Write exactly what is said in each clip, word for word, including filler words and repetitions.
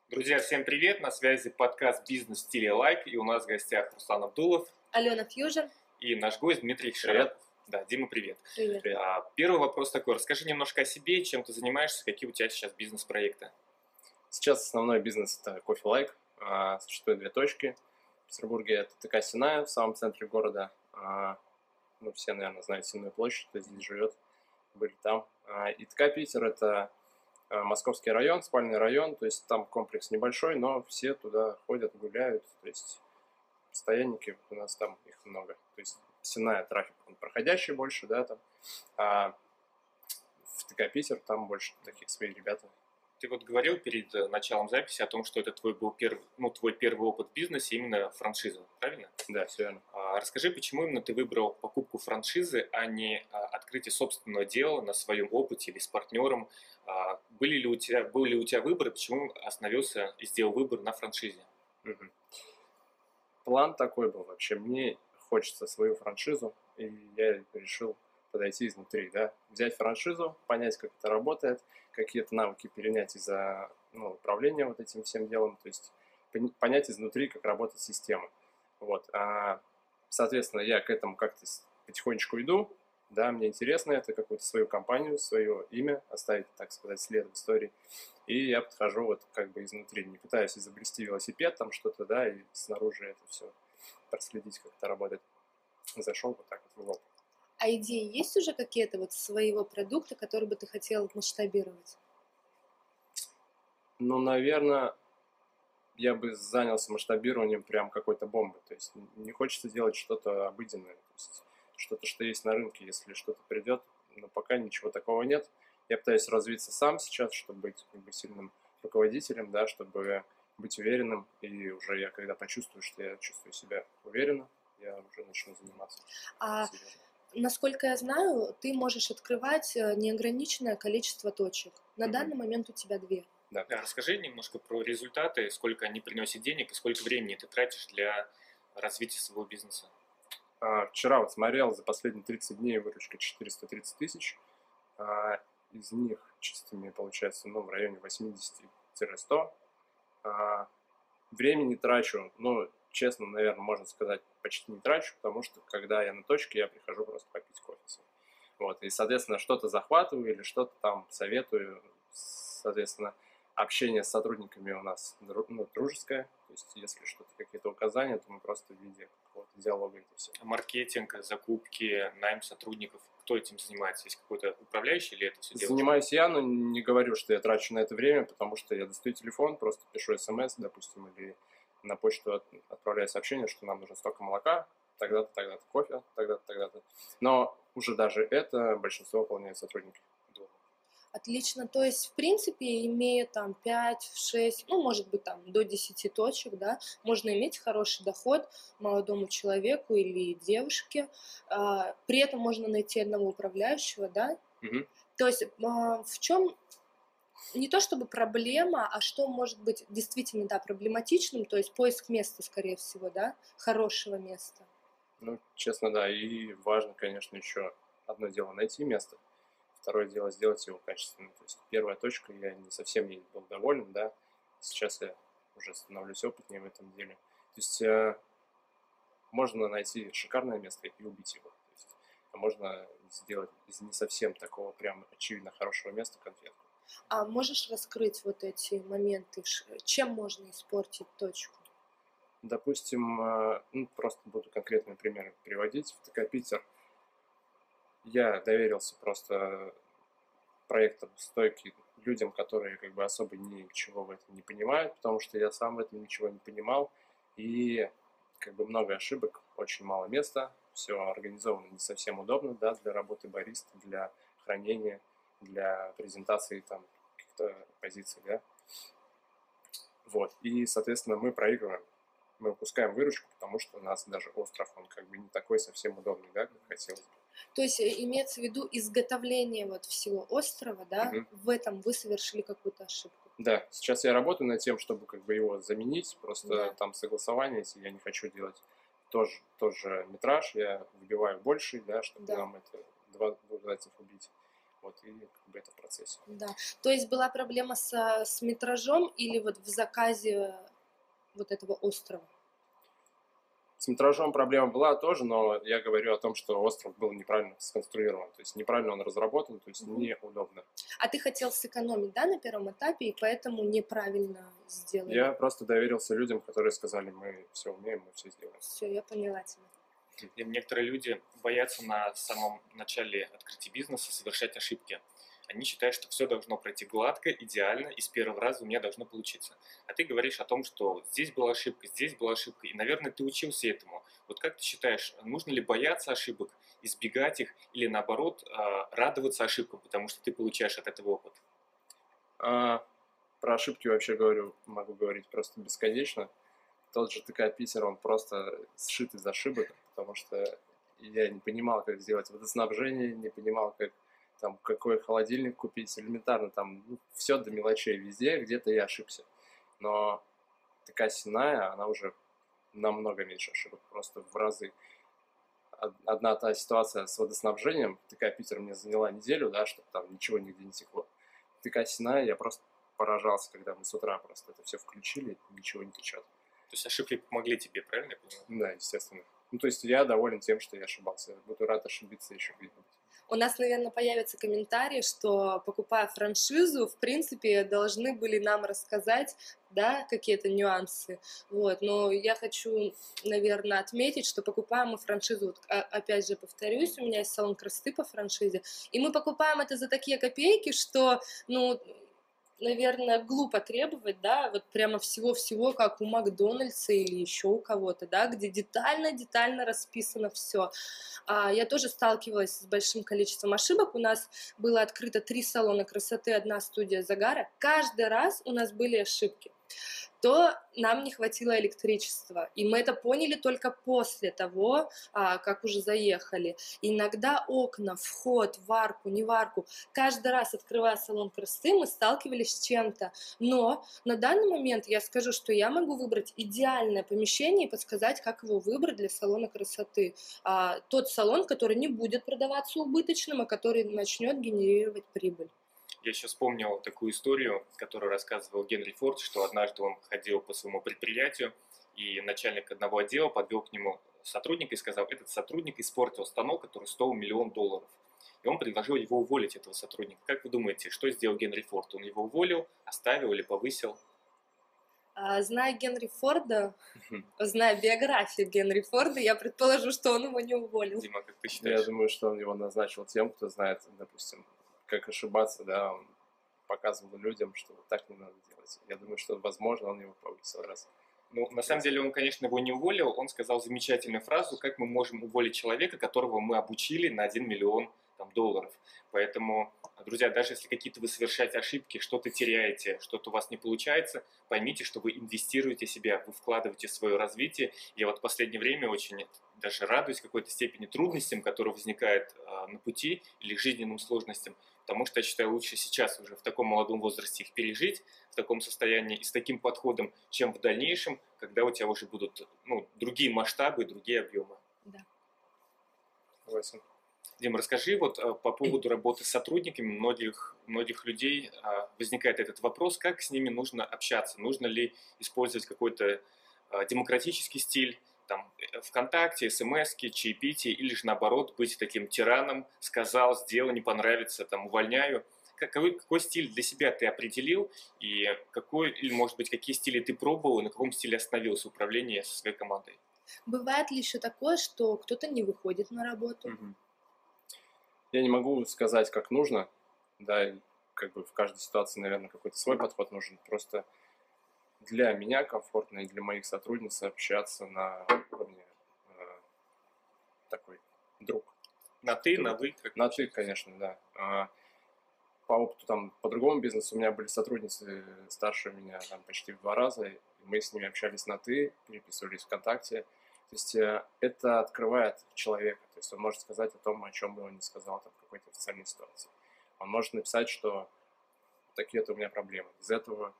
Друзья, всем привет! На связи подкаст «Бизнес в стиле лайк», и у нас в гостях Руслан Абдулов. Алена Фьюжн. И наш гость Дмитрий Шарапов. Да, Дима, привет. Привет. А, первый вопрос такой. Расскажи немножко о себе, чем ты занимаешься, какие у тебя сейчас бизнес-проекты? Сейчас основной бизнес – это Coffee Like. А, существует две точки. В Петербурге это ТК Синая, в самом центре города. А, ну, все, наверное, знают Сенную площадь, кто здесь живет, были там. А, и ТК Питер – это Московский район, спальный район, то есть там комплекс небольшой, но все туда ходят, гуляют, то есть постоянники, у нас там их много. То есть Синая трафик, он проходящий больше, да, там, а в ТК Питер там больше таких своих ребята. Ты вот говорил перед началом записи о том, что это твой был первый, ну, твой первый опыт в бизнесе, именно франшиза, правильно? Да, все верно. А, расскажи, почему именно ты выбрал покупку франшизы, а не а, открытие собственного дела на своем опыте или с партнером? А, были ли у тебя, был ли у тебя выбор, почему остановился и сделал выбор на франшизе? Угу. План такой был вообще. Мне хочется свою франшизу, и я решил подойти изнутри, да, взять франшизу, понять, как это работает, какие-то навыки перенять из-за ну, управления вот этим всем делом, то есть понять изнутри, как работает система. Вот. А, соответственно, я к этому как-то потихонечку иду, да, мне интересно это, какую-то свою компанию, свое имя, оставить, так сказать, след в истории, и я подхожу вот как бы изнутри, не пытаюсь изобрести велосипед, там что-то, да, и снаружи это все проследить, как это работает. Зашел вот так вот в лоб. А идеи есть уже какие-то вот своего продукта, который бы ты хотел масштабировать? Ну, наверное, я бы занялся масштабированием прям какой-то бомбы. То есть не хочется делать что-то обыденное, то есть что-то, что есть на рынке, если что-то придет, но пока ничего такого нет. Я пытаюсь развиться сам сейчас, чтобы быть как бы сильным руководителем, да, чтобы быть уверенным, и уже я когда почувствую, что я чувствую себя уверенно, я уже начну заниматься. А насколько я знаю, ты можешь открывать неограниченное количество точек. На mm-hmm. данный момент у тебя две. Да. Да, расскажи немножко про результаты, сколько они приносят денег и сколько времени ты тратишь для развития своего бизнеса. А, вчера вот смотрел, за последние тридцать дней выручка четыреста тридцать тысяч. А, из них чистыми получается ну, в районе восемьдесят-сто. А, времени трачу, ну, честно, наверное, можно сказать, почти не трачу, потому что, когда я на точке, я прихожу просто попить кофе. Вот, и, соответственно, что-то захватываю или что-то там советую. Соответственно, общение с сотрудниками у нас ну, дружеское. То есть, если что-то, какие-то указания, то мы просто в виде какого-то диалога это все. Маркетинг, закупки, найм сотрудников, кто этим занимается? Есть какой-то управляющий или это все делаешь? Занимаюсь я, но не говорю, что я трачу на это время, потому что я достаю телефон, просто пишу смс, допустим, или на почту отправляю сообщение, что нам нужно столько молока, тогда-то, тогда-то кофе, тогда-то, тогда-то. Но уже даже это большинство выполняют сотрудники. Отлично. То есть, в принципе, имея там пять-шесть, ну, может быть, там до десяти точек, да, можно иметь хороший доход молодому человеку или девушке. А, при этом можно найти одного управляющего, да. Угу. То есть, а, в чем не то чтобы проблема, а что может быть действительно, да, проблематичным, то есть поиск места, скорее всего, да, хорошего места. Ну, честно, да, и важно, конечно, еще одно дело найти место. Второе дело сделать его качественно. То есть первая точка, я не совсем ей был доволен, да. Сейчас я уже становлюсь опытнее в этом деле. То есть э, можно найти шикарное место и убить его. То есть, а можно сделать из не совсем такого прям очевидно хорошего места конфетку. А можешь раскрыть вот эти моменты? Чем можно испортить точку? Допустим, э, ну, просто буду конкретные примеры приводить. В ТК Питер я доверился просто проектам стойки людям, которые как бы особо ничего в этом не понимают, потому что я сам в этом ничего не понимал, и как бы много ошибок, очень мало места, все организовано не совсем удобно, да, для работы бариста, для хранения, для презентации там каких-то позиций, да. Вот, и, соответственно, мы проигрываем, мы выпускаем выручку, потому что у нас даже остров, он как бы не такой совсем удобный, да, как хотелось бы. То есть имеется в виду изготовление вот всего острова, да, угу. В этом вы совершили какую-то ошибку. Да, сейчас я работаю над тем, чтобы как бы его заменить, просто да. Там согласование, если я не хочу делать тоже, тоже метраж, я выбиваю больше, да, чтобы да. Нам это два двух зайцев убить. Вот, и как бы это в процессе. Да. То есть была проблема со, с метражом или вот в заказе вот этого острова? С метражом проблема была тоже, но я говорю о том, что остров был неправильно сконструирован, то есть неправильно он разработан, то есть Мгм. неудобно. А ты хотел сэкономить, да, на первом этапе, и поэтому неправильно сделали? Я просто доверился людям, которые сказали, мы все умеем, мы все сделаем. Все, я поняла тебя. И некоторые люди боятся на самом начале открытия бизнеса совершать ошибки. Они считают, что все должно пройти гладко, идеально, и с первого раза у меня должно получиться. А ты говоришь о том, что здесь была ошибка, здесь была ошибка, и, наверное, ты учился этому. Вот как ты считаешь, нужно ли бояться ошибок, избегать их, или наоборот, а, радоваться ошибкам, потому что ты получаешь от этого опыт? А, про ошибки вообще говорю, могу говорить просто бесконечно. Тот же ТК Питер, он просто сшит из ошибок, потому что я не понимал, как сделать водоснабжение, не понимал, как там какой холодильник купить, элементарно там ну, все до мелочей везде, где-то я ошибся. Но ТК Синая, она уже намного меньше ошибок, просто в разы. Од- Одна та ситуация с водоснабжением, ТК Питер мне заняла неделю, да, чтобы там ничего нигде не текло. ТК Синая, я просто поражался, когда мы с утра просто это все включили, и ничего не течет. То есть ошибки помогли тебе, правильно я понимаю? Да, естественно. Ну, то есть я доволен тем, что я ошибался. Буду рад ошибиться еще где-нибудь. У нас, наверное, появятся комментарии, что, покупая франшизу, в принципе, должны были нам рассказать, да, какие-то нюансы. Вот. Но я хочу, наверное, отметить, что покупаем мы франшизу, вот, а- опять же, повторюсь, у меня есть салон красоты по франшизе, и мы покупаем это за такие копейки, что, ну, наверное, глупо требовать, да, вот прямо всего-всего, как у Макдональдса или еще у кого-то, да, где детально-детально расписано все. А, я тоже сталкивалась с большим количеством ошибок. У нас было открыто три салона красоты, одна студия загара. Каждый раз у нас были ошибки. То нам не хватило электричества. И мы это поняли только после того, а, как уже заехали. Иногда окна, вход в арку, не в арку. Каждый раз, открывая салон красоты, мы сталкивались с чем-то. Но на данный момент я скажу, что я могу выбрать идеальное помещение и подсказать, как его выбрать для салона красоты. А, тот салон, который не будет продаваться убыточным, а который начнет генерировать прибыль. Я еще вспомнил такую историю, которую рассказывал Генри Форд, что однажды он ходил по своему предприятию, и начальник одного отдела подвел к нему сотрудника и сказал, этот сотрудник испортил станок, который стоил миллион долларов. И он предложил его уволить, этого сотрудника. Как вы думаете, что сделал Генри Форд? Он его уволил, оставил или повысил? А, Зная Генри Форда, зная биографию Генри Форда, я предположу, что он его не уволил. Дима, как ты Я считаешь? думаю, что он его назначил тем, кто знает, допустим, как ошибаться, да, он показывал людям, что вот так не надо делать. Я думаю, что, возможно, он его повысил раз. Ну, на самом деле он, конечно, его не уволил, он сказал замечательную фразу, как мы можем уволить человека, которого мы обучили на один миллион там, долларов. Поэтому, друзья, даже если какие-то вы совершаете ошибки, что-то теряете, что-то у вас не получается, поймите, что вы инвестируете в себя, вы вкладываете в свое развитие. Я вот в последнее время очень даже радуюсь в какой-то степени трудностям, которые возникают а, на пути или жизненным сложностям, потому что я считаю, лучше сейчас уже в таком молодом возрасте их пережить, в таком состоянии и с таким подходом, чем в дальнейшем, когда у тебя уже будут ну, другие масштабы, другие объемы. Да. Согласен. Дим, расскажи вот а, по поводу работы с сотрудниками. Многих, многих людей а, возникает этот вопрос, как с ними нужно общаться, нужно ли использовать какой-то а, демократический стиль, там, ВКонтакте, СМСки, чаепитие, или же наоборот быть таким тираном, сказал, сделал, не понравится, там, увольняю. Какой, какой стиль для себя ты определил, и какой, или, может быть, какие стили ты пробовал, и на каком стиле остановился управление со своей командой? Бывает ли еще такое, что кто-то не выходит на работу? Мгм. Я не могу сказать, как нужно, да, и как бы в каждой ситуации, наверное, какой-то свой подход нужен. Просто для меня комфортно и для моих сотрудниц общаться на уровне э, такой друг. На ты, на вы? Как... На ты, конечно, да. А, по опыту там по другому бизнесу у меня были сотрудницы старше меня там почти в два раза, и мы с ними общались на ты, переписывались ВКонтакте. То есть э, это открывает человека, то есть он может сказать о том, о чем бы он не сказал там, в какой-то официальной ситуации. Он может написать, что такие-то у меня проблемы. Из этого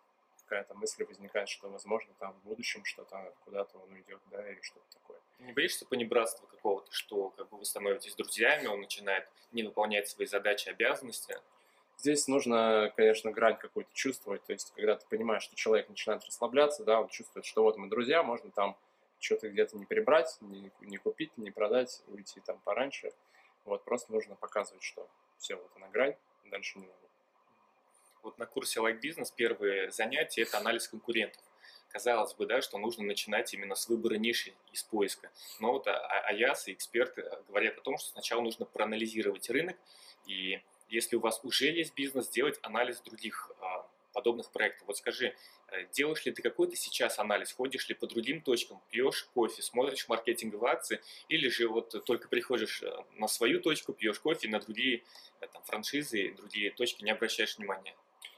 какая-то мысль возникает, что, возможно, там в будущем что-то, куда-то он уйдет, да, или что-то такое. Не боишься понебратства какого-то, что как бы вы становитесь друзьями, он начинает не выполнять свои задачи, обязанности? Здесь нужно, конечно, грань какую-то чувствовать, то есть, когда ты понимаешь, что человек начинает расслабляться, да, он чувствует, что вот мы друзья, можно там что-то где-то не прибрать, не, не купить, не продать, уйти там пораньше. Вот, просто нужно показывать, что все, вот она грань, дальше не надо. Вот на курсе Like Business первые занятия – это анализ конкурентов. Казалось бы, да, что нужно начинать именно с выбора ниши и с поиска. Но вот АЯС и эксперты говорят о том, что сначала нужно проанализировать рынок, и если у вас уже есть бизнес, сделать анализ других а, подобных проектов. Вот скажи, делаешь ли ты какой-то сейчас анализ, ходишь ли по другим точкам, пьешь кофе, смотришь маркетинговые акции, или же вот только приходишь на свою точку, пьешь кофе, на другие там, франшизы, другие точки не обращаешь внимания?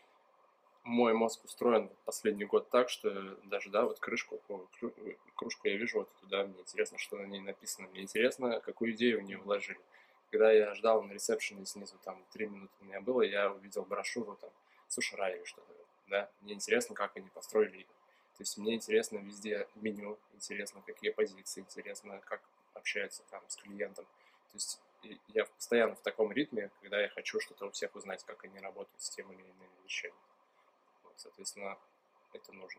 Мой мозг устроен последний год так, что даже, да, вот крышку, кружку я вижу, вот туда, мне интересно, что на ней написано, мне интересно, какую идею в нее вложили. Когда я ждал на ресепшене снизу, там, три минуты у меня было, я увидел брошюру, там, Суши-Рай или что-то, да, мне интересно, как они построили ее. То есть мне интересно везде меню, интересно, какие позиции, интересно, как общаются там с клиентом. То есть я постоянно в таком ритме, когда я хочу что-то у всех узнать, как они работают с тем или иным вещами. Вот, соответственно, это нужно.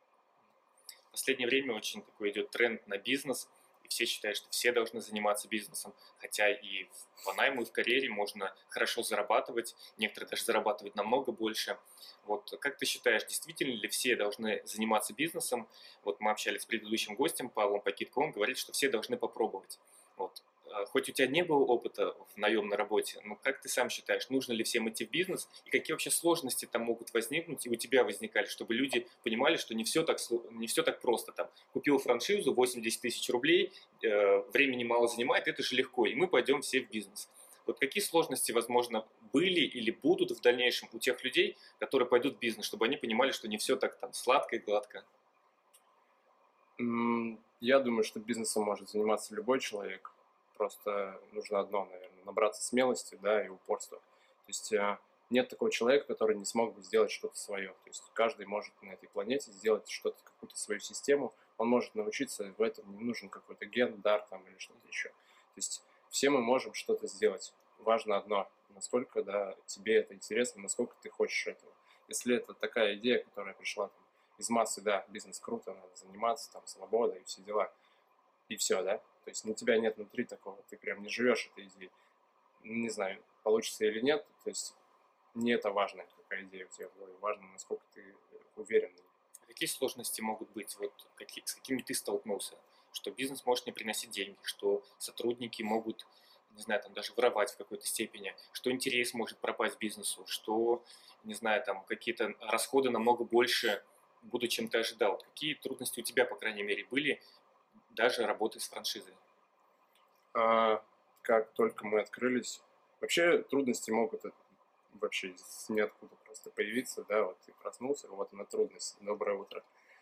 В последнее время очень такой идет тренд на бизнес, и все считают, что все должны заниматься бизнесом, хотя и по найму, и в карьере можно хорошо зарабатывать, некоторые даже зарабатывать намного больше. Вот как ты считаешь, действительно ли все должны заниматься бизнесом? Вот мы общались с предыдущим гостем Павлом Пакитко, он говорит, что все должны попробовать. Вот. Хоть у тебя не было опыта в наемной работе, но как ты сам считаешь, нужно ли всем идти в бизнес, и какие вообще сложности там могут возникнуть, и у тебя возникали, чтобы люди понимали, что не все так, не все так просто. Там, купил франшизу, восемьдесят тысяч рублей, э, времени мало занимает, это же легко, и мы пойдем все в бизнес. Вот какие сложности, возможно, были или будут в дальнейшем у тех людей, которые пойдут в бизнес, чтобы они понимали, что не все так там сладко и гладко? Я думаю, что бизнесом может заниматься любой человек. Просто нужно одно, наверное, набраться смелости, да, и упорства. То есть нет такого человека, который не смог бы сделать что-то свое. То есть каждый может на этой планете сделать что-то, какую-то свою систему. Он может научиться, в этом не нужен какой-то ген, дар там или что-то еще. То есть все мы можем что-то сделать. Важно одно, насколько, да, тебе это интересно, насколько ты хочешь этого. Если это такая идея, которая пришла там, из массы, да, бизнес круто, надо заниматься, там, свобода и все дела, и все, да. То есть на тебя нет внутри такого, ты прям не живешь этой идеей. Не знаю, получится или нет, то есть не это важно, какая идея у тебя в голове, важно, насколько ты уверен. Какие сложности могут быть, вот, какие, с какими ты столкнулся? Что бизнес может не приносить деньги, что сотрудники могут, не знаю, там даже воровать в какой-то степени, что интерес может пропасть бизнесу, что, не знаю, там какие-то расходы намного больше будут, чем ты ожидал. Какие трудности у тебя, по крайней мере, были, даже работы с франшизой? А, как только мы открылись, вообще трудности могут вообще из ниоткуда просто появиться, да, вот ты проснулся, вот она трудность, доброе утро.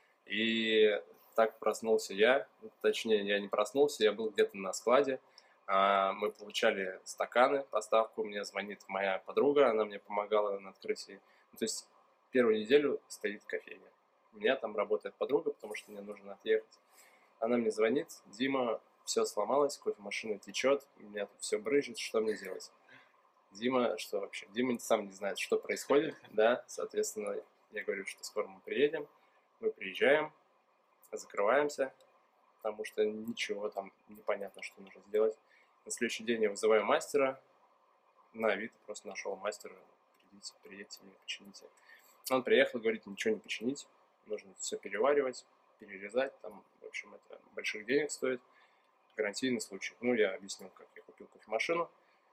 И так проснулся я, точнее, я не проснулся, я был где-то на складе, а, мы получали стаканы, поставку, мне звонит моя подруга, она мне помогала на открытии. Ну, то есть первую неделю стоит кофейня. У меня там работает подруга, потому что мне нужно отъехать. Она мне звонит: Дима, все сломалось, кофемашина течет, у меня тут все брызжет, что мне делать? Дима, что вообще? Дима сам не знает, что происходит, да, соответственно, я говорю, что скоро мы приедем, мы приезжаем, закрываемся, потому что ничего там непонятно, что нужно сделать. На следующий день я вызываю мастера, на Авито просто нашел мастера, придите, приедьте мне, почините. Он приехал, говорит, ничего не починить, нужно все переваривать, перерезать, там, в общем, это больших денег стоит, гарантийный случай. Ну, я объяснил, как я купил кофемашину.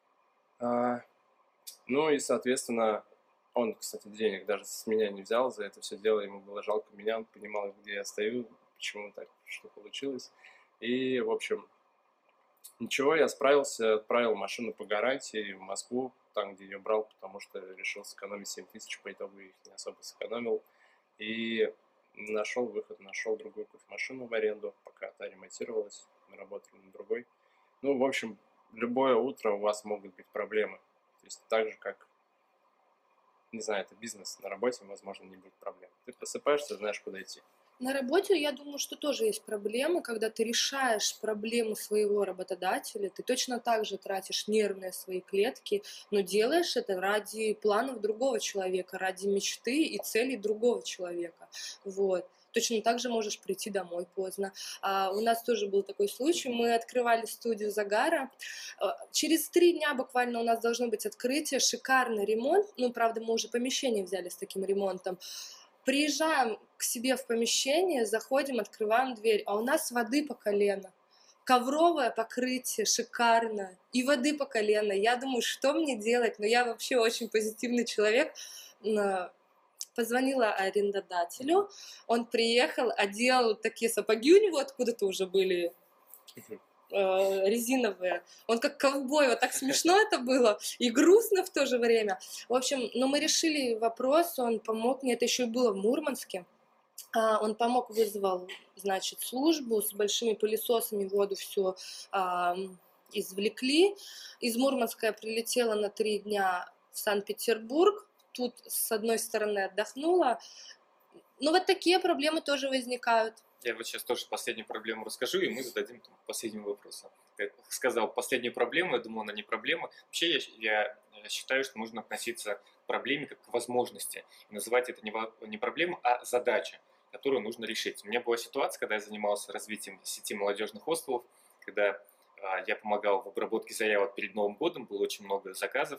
А, ну и, соответственно, он, кстати, денег даже с меня не взял за это все дело, ему было жалко меня, он понимал, где я стою, почему так, что получилось. И, в общем, ничего, я справился, отправил машину по гарантии в Москву, там, где ее брал, потому что решил сэкономить семь тысяч, по итогу их не особо сэкономил. И нашел выход, нашел другую кофемашину в аренду, пока та ремонтировалась, мы работали на другой. Ну, в общем, любое утро у вас могут быть проблемы. То есть так же, как не знаю, это бизнес, на работе, возможно, не будет проблем. Ты просыпаешься, знаешь, куда идти. На работе, я думаю, что тоже есть проблемы, когда ты решаешь проблему своего работодателя, ты точно так же тратишь нервные свои клетки, но делаешь это ради планов другого человека, ради мечты и целей другого человека. Вот. Точно так же можешь прийти домой поздно. А у нас тоже был такой случай. Мы открывали студию загара. Через три дня буквально у нас должно быть открытие. Шикарный ремонт. Ну, правда, мы уже помещение взяли с таким ремонтом. Приезжаем к себе в помещение, заходим, открываем дверь, а у нас воды по колено. Ковровое покрытие шикарно, и воды по колено. Я думаю, что мне делать? Но я вообще очень позитивный человек. Позвонила арендодателю, он приехал, одел такие сапоги, у него откуда-то уже были э, резиновые. Он как ковбой, вот так смешно это было и грустно в то же время. В общем, но мы решили вопрос, он помог мне, это еще и было в Мурманске. А, он помог, вызвал, значит, службу с большими пылесосами, воду все а, извлекли. Из Мурманска я прилетела на три дня в Санкт-Петербург. Тут, с одной стороны, отдохнула. Ну, вот такие проблемы тоже возникают. Я вот сейчас тоже последнюю проблему расскажу, и мы зададим там, последний вопрос. Как сказал, последнюю проблему, я думаю, она не проблема. Вообще, я, я считаю, что нужно относиться к проблеме как к возможности. И называть это не, не проблема, а задача, которую нужно решить. У меня была ситуация, когда я занимался развитием сети молодежных хостелов, когда я помогал в обработке заявок перед Новым годом, было очень много заказов,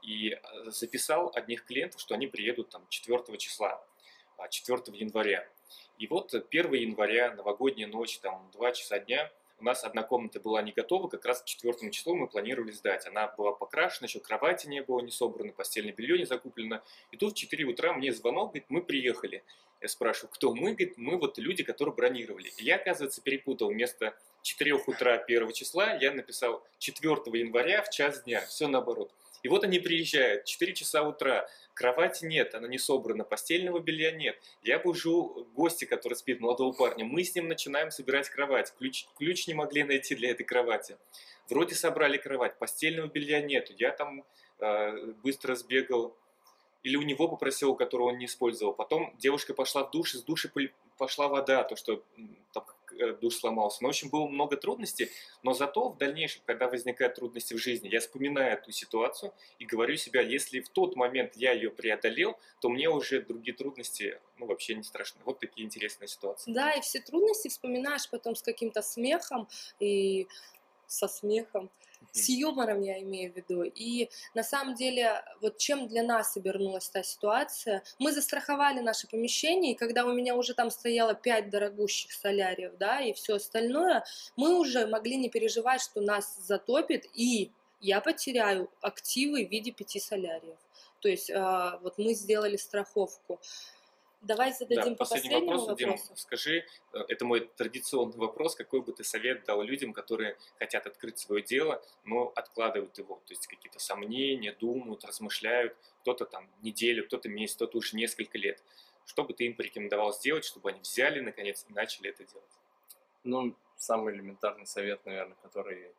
и записал одних клиентов, что они приедут там четвёртого числа, четвёртого января. И вот первого января, новогодняя ночь, там два часа дня, у нас одна комната была не готова, как раз к четвёртому числу мы планировали сдать. Она была покрашена, еще кровати не было, не собрано, постельное белье не закуплено. И тут в четыре утра мне звонок, говорит, мы приехали. Я спрашиваю, кто мы? Говорит, мы вот люди, которые бронировали. И я, оказывается, перепутал. Вместо четырёх утра первого числа я написал четвёртого января в час дня. Все наоборот. И вот они приезжают, четыре часа утра, кровати нет, она не собрана, постельного белья нет. Я бужу гостя, который спит, молодого парня, мы с ним начинаем собирать кровать. Ключ, ключ не могли найти для этой кровати. Вроде собрали кровать, постельного белья нету. Я там э, быстро сбегал. Или у него попросил, которого он не использовал. Потом девушка пошла в душ, из души пошла вода, то, что там, душ сломался. Ну, в общем, было много трудностей, но зато в дальнейшем, когда возникают трудности в жизни, я вспоминаю эту ситуацию и говорю себе, если в тот момент я ее преодолел, то мне уже другие трудности, ну, вообще не страшны. Вот такие интересные ситуации. Да, и все трудности вспоминаешь потом с каким-то смехом и со смехом. С юмором я имею в виду. И на самом деле, вот чем для нас обернулась та ситуация, мы застраховали наше помещение, и когда у меня уже там стояло пять дорогущих соляриев, да, и все остальное, мы уже могли не переживать, что нас затопит, и я потеряю активы в виде пяти соляриев. То есть э, вот мы сделали страховку. Давай зададим да, по последний последнему вопрос. вопросу. Дим, скажи, это мой традиционный вопрос, какой бы ты совет дал людям, которые хотят открыть свое дело, но откладывают его, то есть какие-то сомнения, думают, размышляют, кто-то там неделю, кто-то месяц, кто-то уже несколько лет. Что бы ты им порекомендовал сделать, чтобы они взяли, наконец, и начали это делать? Ну, самый элементарный совет, наверное, который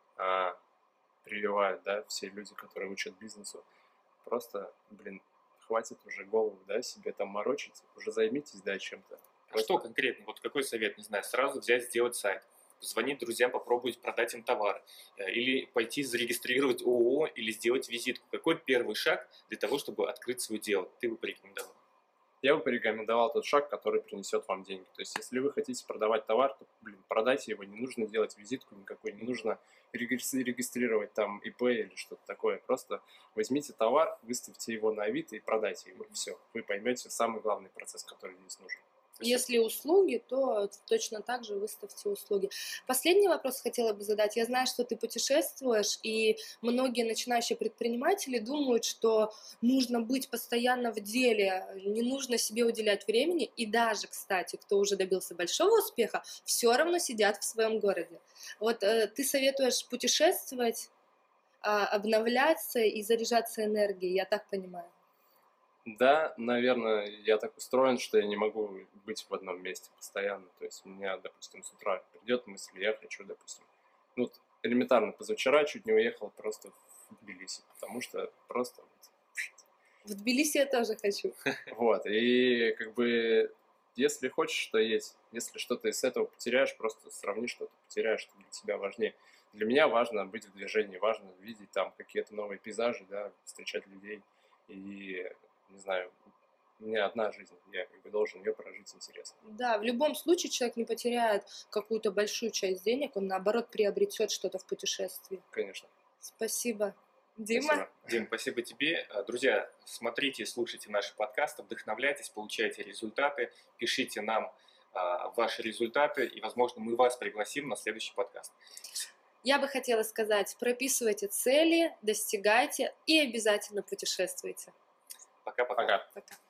а, прививают, да, все люди, которые учат бизнесу, просто, блин, хватит уже голову, да, себе там морочить, уже займитесь, да, чем-то. А Просто... что конкретно? Вот какой совет, не знаю, сразу взять, сделать сайт, позвонить друзьям, попробовать продать им товар, или пойти зарегистрировать ООО, или сделать визитку. Какой первый шаг для того, чтобы открыть свое дело? Ты бы порекомендовал? Я бы порекомендовал тот шаг, который принесет вам деньги. То есть, если вы хотите продавать товар, то, блин, продайте его, не нужно делать визитку никакой, не нужно регистрировать там ИП или что-то такое. Просто возьмите товар, выставьте его на Авито и продайте его, и все. Вы поймете самый главный процесс, который здесь нужен. Если услуги, то точно так же выставьте услуги. Последний вопрос хотела бы задать. Я знаю, что ты путешествуешь, и многие начинающие предприниматели думают, что нужно быть постоянно в деле, не нужно себе уделять времени. И даже, кстати, кто уже добился большого успеха, все равно сидят в своем городе. Вот э, ты советуешь путешествовать, э, обновляться и заряжаться энергией, я так понимаю. Да, наверное, я так устроен, что я не могу быть в одном месте постоянно. То есть у меня, допустим, с утра придет мысль, я хочу, допустим, ну, элементарно, позавчера чуть не уехал просто в Тбилиси, потому что просто вот, В Тбилиси я тоже хочу. Вот, и как бы, если хочешь, что есть. Если что-то из этого потеряешь, просто сравни, что ты потеряешь, что для тебя важнее. Для меня важно быть в движении, важно видеть там какие-то новые пейзажи, да, встречать людей. И, не знаю, у меня одна жизнь, я как бы должен ее прожить интересно. Да, в любом случае человек не потеряет какую-то большую часть денег, он наоборот приобретет что-то в путешествии. Конечно. Спасибо. Дима? Спасибо. Дим, спасибо тебе. Друзья, смотрите и слушайте наши подкасты, вдохновляйтесь, получайте результаты, пишите нам а, ваши результаты, и, возможно, мы вас пригласим на следующий подкаст. Я бы хотела сказать, прописывайте цели, достигайте и обязательно путешествуйте. Пока-пока. Пока. Пока.